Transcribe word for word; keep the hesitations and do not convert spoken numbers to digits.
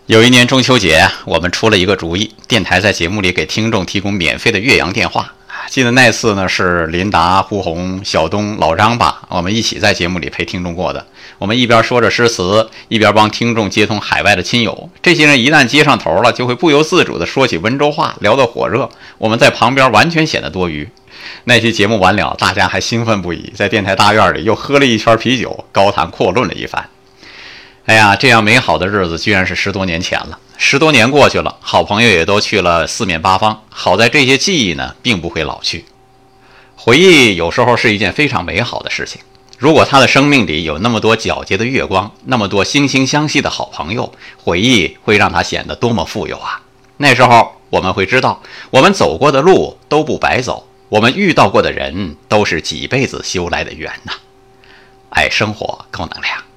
有一年中秋节，我们出了一个主意，电台在节目里给听众提供免费的岳阳电话。记得那次呢，是林达、胡红、小东、老张吧，我们一起在节目里陪听众过的。我们一边说着诗词，一边帮听众接通海外的亲友。这些人一旦接上头了，就会不由自主地说起温州话，聊得火热。我们在旁边完全显得多余。那期节目完了，大家还兴奋不已，在电台大院里又喝了一圈啤酒，高谈阔论了一番。哎呀，这样美好的日子居然是十多年前了。十多年过去了，好朋友也都去了四面八方。好在这些记忆呢，并不会老去。回忆有时候是一件非常美好的事情。如果他的生命里有那么多皎洁的月光，那么多惺惺相惜的好朋友，回忆会让他显得多么富有啊！那时候我们会知道，我们走过的路都不白走，我们遇到过的人都是几辈子修来的缘呐。爱生活，高能量。